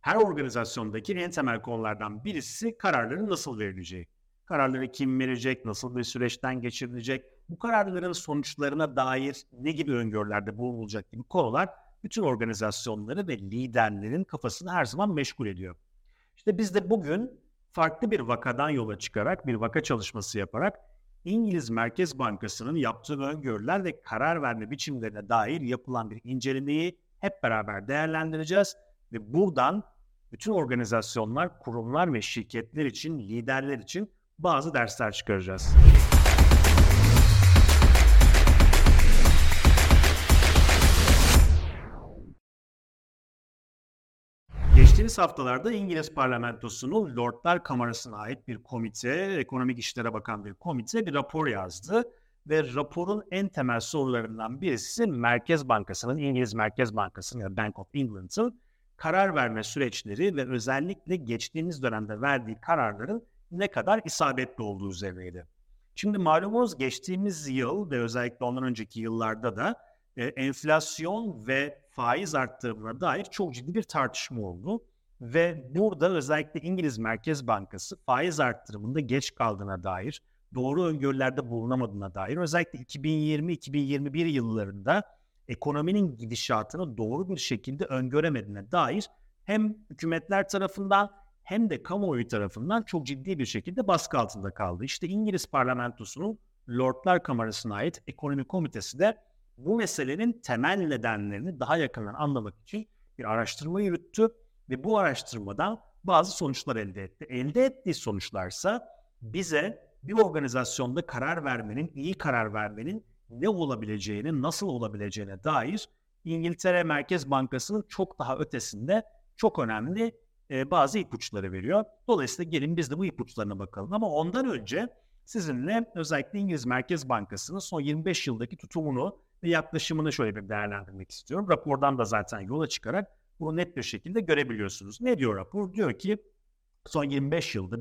Her organizasyondaki en temel konulardan birisi kararların nasıl verileceği. Kararları kim verecek, nasıl bir süreçten geçirilecek, bu kararların sonuçlarına dair ne gibi öngörülerde bulunulacak gibi konular bütün organizasyonları ve liderlerin kafasını her zaman meşgul ediyor. İşte biz de bugün farklı bir vakadan yola çıkarak, bir vaka çalışması yaparak İngiliz Merkez Bankası'nın yaptığı öngörüler ve karar verme biçimlerine dair yapılan bir incelemeyi hep beraber değerlendireceğiz ve buradan bütün organizasyonlar, kurumlar ve şirketler için, liderler için bazı dersler çıkaracağız. Geçtiğimiz haftalarda İngiliz Parlamentosu'nun Lordlar Kamerası'na ait bir komite, ekonomik işlere bakan bir komite bir rapor yazdı ve raporun en temel sorularından birisi Merkez Bankası'nın, İngiliz Merkez Bankası'nın ya Bank of England'ın karar verme süreçleri ve özellikle geçtiğimiz dönemde verdiği kararların ne kadar isabetli olduğu üzerineydi. Şimdi malumunuz geçtiğimiz yıl ve özellikle ondan önceki yıllarda da enflasyon ve faiz arttırımına dair çok ciddi bir tartışma oldu. Ve burada özellikle İngiliz Merkez Bankası faiz arttırımında geç kaldığına dair, doğru öngörülerde bulunamadığına dair, özellikle 2020-2021 yıllarında ekonominin gidişatını doğru bir şekilde öngöremediğine dair hem hükümetler tarafından hem de kamuoyu tarafından çok ciddi bir şekilde baskı altında kaldı. İşte İngiliz Parlamentosu'nun Lordlar Kamerası'na ait ekonomi komitesi de bu meselenin temel nedenlerini daha yakından anlamak için bir araştırma yürüttü ve bu araştırmadan bazı sonuçlar elde etti. Elde ettiği sonuçlarsa bize bir organizasyonda karar vermenin, iyi karar vermenin ne olabileceğini, nasıl olabileceğine dair İngiltere Merkez Bankası'nın çok daha ötesinde çok önemli bazı ipuçları veriyor. Dolayısıyla gelin biz de bu ipuçlarına bakalım. Ama ondan önce sizinle özellikle İngiliz Merkez Bankası'nın son 25 yıldaki tutumunu ve yaklaşımını şöyle bir değerlendirmek istiyorum. Rapordan da zaten yola çıkarak bunu net bir şekilde görebiliyorsunuz. Ne diyor rapor? Diyor ki son 25 yılda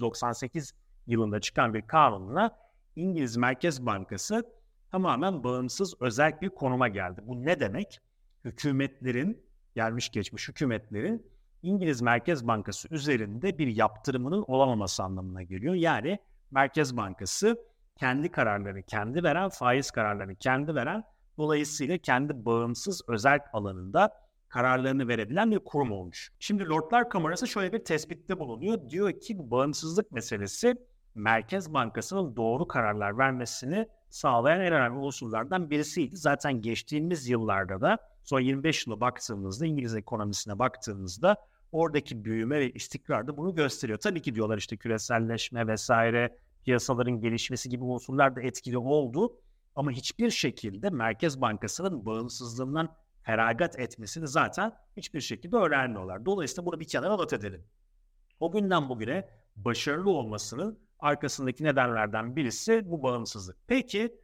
1998 yılında çıkan bir kanunla İngiliz Merkez Bankası tamamen bağımsız özel bir konuma geldi. Bu ne demek? Hükümetlerin, gelmiş geçmiş hükümetlerin İngiliz Merkez Bankası üzerinde bir yaptırımının olamaması anlamına geliyor. Yani Merkez Bankası kendi kararlarını kendi veren, faiz kararlarını kendi veren, dolayısıyla kendi bağımsız özerk alanında kararlarını verebilen bir kurum olmuş. Şimdi Lordlar Kamerası şöyle bir tespitte bulunuyor. Diyor ki bağımsızlık meselesi Merkez Bankası'nın doğru kararlar vermesini sağlayan en önemli unsurlardan birisiydi. Zaten geçtiğimiz yıllarda da son 25 yıla baktığımızda, İngiliz ekonomisine baktığımızda oradaki büyüme ve istikrar da bunu gösteriyor. Tabii ki diyorlar işte küreselleşme vesaire, piyasaların gelişmesi gibi unsurlar da etkili oldu. Ama hiçbir şekilde Merkez Bankası'nın bağımsızlığından feragat etmesini zaten hiçbir şekilde öğrenmiyorlar. Dolayısıyla bunu bir kenara not edelim. O günden bugüne başarılı olmasının arkasındaki nedenlerden birisi bu bağımsızlık. Peki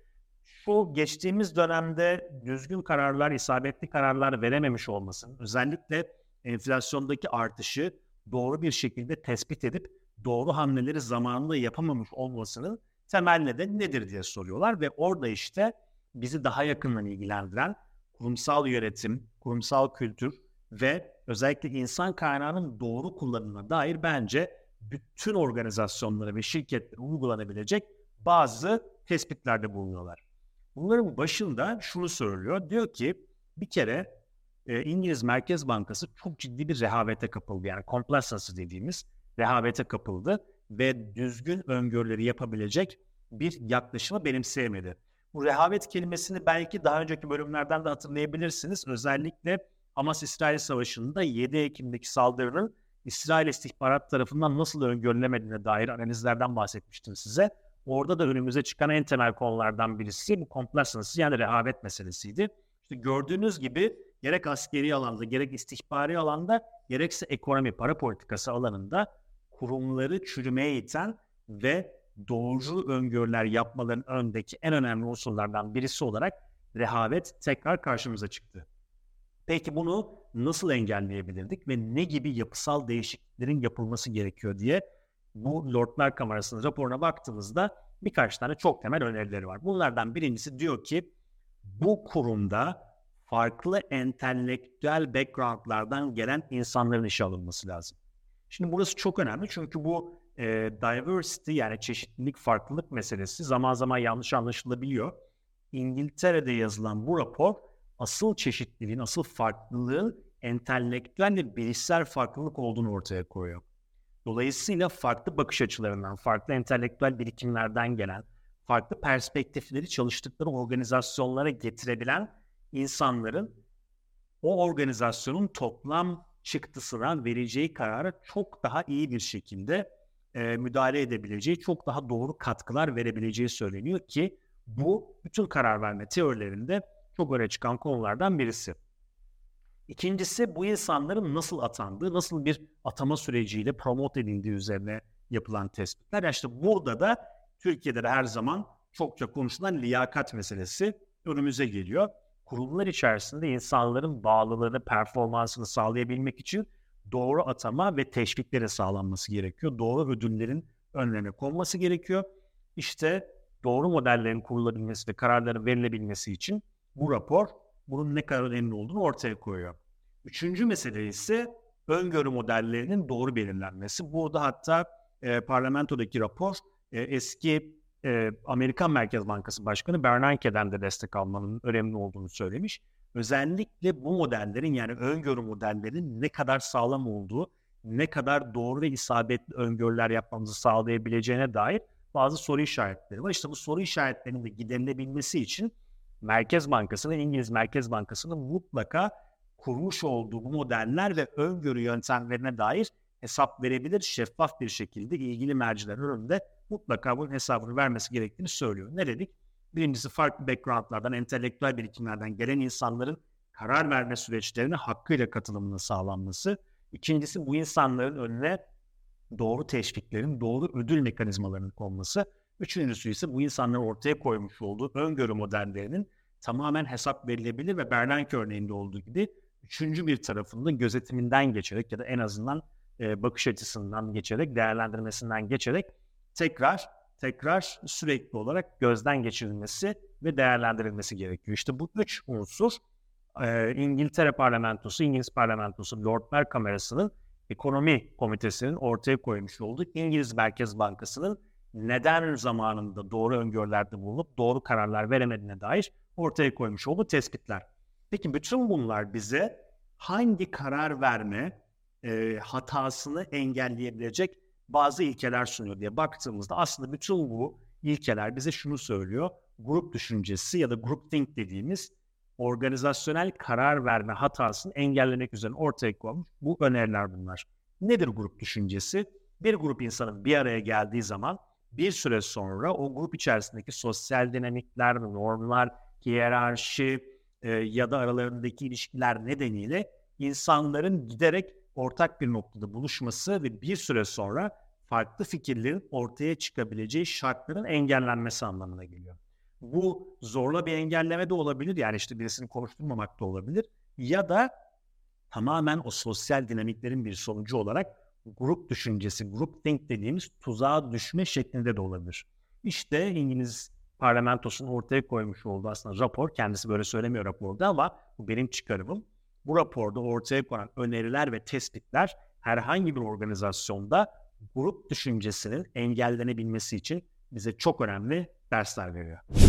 şu geçtiğimiz dönemde düzgün kararlar, isabetli kararlar verememiş olmasının, özellikle enflasyondaki artışı doğru bir şekilde tespit edip doğru hamleleri zamanında yapamamış olmasının temel nedeni nedir diye soruyorlar ve orada işte bizi daha yakından ilgilendiren kurumsal yönetim, kurumsal kültür ve özellikle insan kaynağının doğru kullanımına dair bence bütün organizasyonlara ve şirketlere uygulanabilecek bazı tespitlerde bulunuyorlar. Bunların başında şunu söylüyor. Diyor ki bir kere İngiliz Merkez Bankası çok ciddi bir rehavete kapıldı. Yani complacency dediğimiz rehavete kapıldı ve düzgün öngörüleri yapabilecek bir yaklaşımı benimseyemedi. Bu rehavet kelimesini belki daha önceki bölümlerden de hatırlayabilirsiniz. Özellikle Hamas-İsrail Savaşı'nda 7 Ekim'deki saldırının İsrail istihbarat tarafından nasıl öngörülemediğine dair analizlerden bahsetmiştim size. Orada da önümüze çıkan en temel konulardan birisi bu complacency yani rehavet meselesiydi. İşte gördüğünüz gibi gerek askeri alanda, gerek istihbari alanda, gerekse ekonomi, para politikası alanında kurumları çürümeye iten ve doğru öngörüler yapmaların önündeki en önemli unsurlardan birisi olarak rehavet tekrar karşımıza çıktı. Peki bunu nasıl engelleyebilirdik ve ne gibi yapısal değişikliklerin yapılması gerekiyor diye bu Lordlar Kamerası'nın raporuna baktığımızda birkaç tane çok temel önerileri var. Bunlardan birincisi diyor ki bu kurumda farklı entelektüel backgroundlardan gelen insanların işe alınması lazım. Şimdi burası çok önemli çünkü bu diversity yani çeşitlilik, farklılık meselesi zaman zaman yanlış anlaşılabiliyor. İngiltere'de yazılan bu rapor asıl çeşitliliğin, asıl farklılığın entelektüel ve bilişsel farklılık olduğunu ortaya koyuyor. Dolayısıyla farklı bakış açılarından, farklı entelektüel birikimlerden gelen, farklı perspektifleri çalıştıkları organizasyonlara getirebilen insanların o organizasyonun toplam çıktısına vereceği karara çok daha iyi bir şekilde müdahale edebileceği, çok daha doğru katkılar verebileceği söyleniyor ki bu bütün karar verme teorilerinde çok öne çıkan konulardan birisi. İkincisi bu insanların nasıl atandığı, nasıl bir atama süreciyle promote edildiği üzerine yapılan tespitler. Yani işte burada da Türkiye'de de her zaman çokça konuşulan liyakat meselesi önümüze geliyor. Kurumlar içerisinde insanların bağlılığını, performansını sağlayabilmek için doğru atama ve teşviklerin sağlanması gerekiyor. Doğru ödüllerin önlerine konması gerekiyor. İşte doğru modellerin kurulabilmesi ve kararların verilebilmesi için bu rapor bunun ne kadar önemli olduğunu ortaya koyuyor. Üçüncü mesele ise öngörü modellerinin doğru belirlenmesi. Burada hatta parlamentodaki rapor eski Amerikan Merkez Bankası Başkanı Bernanke'den de destek almanın önemli olduğunu söylemiş. Özellikle bu modellerin yani öngörü modellerinin ne kadar sağlam olduğu, ne kadar doğru ve isabetli öngörüler yapmamızı sağlayabileceğine dair bazı soru işaretleri var. İşte bu soru işaretlerinin de giderilebilmesi için Merkez Bankası'nın, İngiliz Merkez Bankası'nın mutlaka kurmuş olduğu bu modeller ve öngörü yöntemlerine dair hesap verebilir, şeffaf bir şekilde ilgili mercilerin önünde mutlaka bunun hesabını vermesi gerektiğini söylüyor. Ne dedik? Birincisi farklı backgroundlardan, entelektüel birikimlerden gelen insanların karar verme süreçlerine hakkıyla katılımının sağlanması. İkincisi bu insanların önüne doğru teşviklerin, doğru ödül mekanizmalarının konması. Üçüncüsü ise bu insanların ortaya koymuş olduğu öngörü modellerinin tamamen hesap verilebilir ve Bernanke örneğinde olduğu gibi üçüncü bir tarafının gözetiminden geçerek ya da en azından bakış açısından geçerek, değerlendirmesinden geçerek tekrar sürekli olarak gözden geçirilmesi ve değerlendirilmesi gerekiyor. İşte bu üç unsur İngiltere parlamentosu, İngiliz parlamentosu, Lordlar Kamerası'nın ekonomi komitesinin ortaya koymuş olduğu İngiliz Merkez Bankası'nın neden zamanında doğru öngörülerde bulunup doğru kararlar veremediğine dair ortaya koymuş olduğu tespitler. Peki bütün bunlar bize hangi karar verme hatasını engelleyebilecek bazı ilkeler sunuyor diye baktığımızda aslında bütün bu ilkeler bize şunu söylüyor. Grup düşüncesi ya da groupthink dediğimiz organizasyonel karar verme hatasını engellemek üzere ortaya konmuş bu öneriler bunlar. Nedir grup düşüncesi? Bir grup insanın bir araya geldiği zaman bir süre sonra o grup içerisindeki sosyal dinamikler, normlar, hiyerarşi ya da aralarındaki ilişkiler nedeniyle insanların giderek ortak bir noktada buluşması ve bir süre sonra farklı fikirlerin ortaya çıkabileceği şartların engellenmesi anlamına geliyor. Bu zorla bir engelleme de olabilir. Yani işte birisini konuşturmamak da olabilir. Ya da tamamen o sosyal dinamiklerin bir sonucu olarak grup düşüncesi, groupthink dediğimiz tuzağa düşme şeklinde de olabilir. İşte İngiliz parlamentosunun ortaya koymuş olduğu aslında rapor, kendisi böyle söylemiyor raporda ama bu benim çıkarımım. Bu raporda ortaya konan öneriler ve tespitler herhangi bir organizasyonda grup düşüncesinin engellenebilmesi için bize çok önemli dersler veriyor.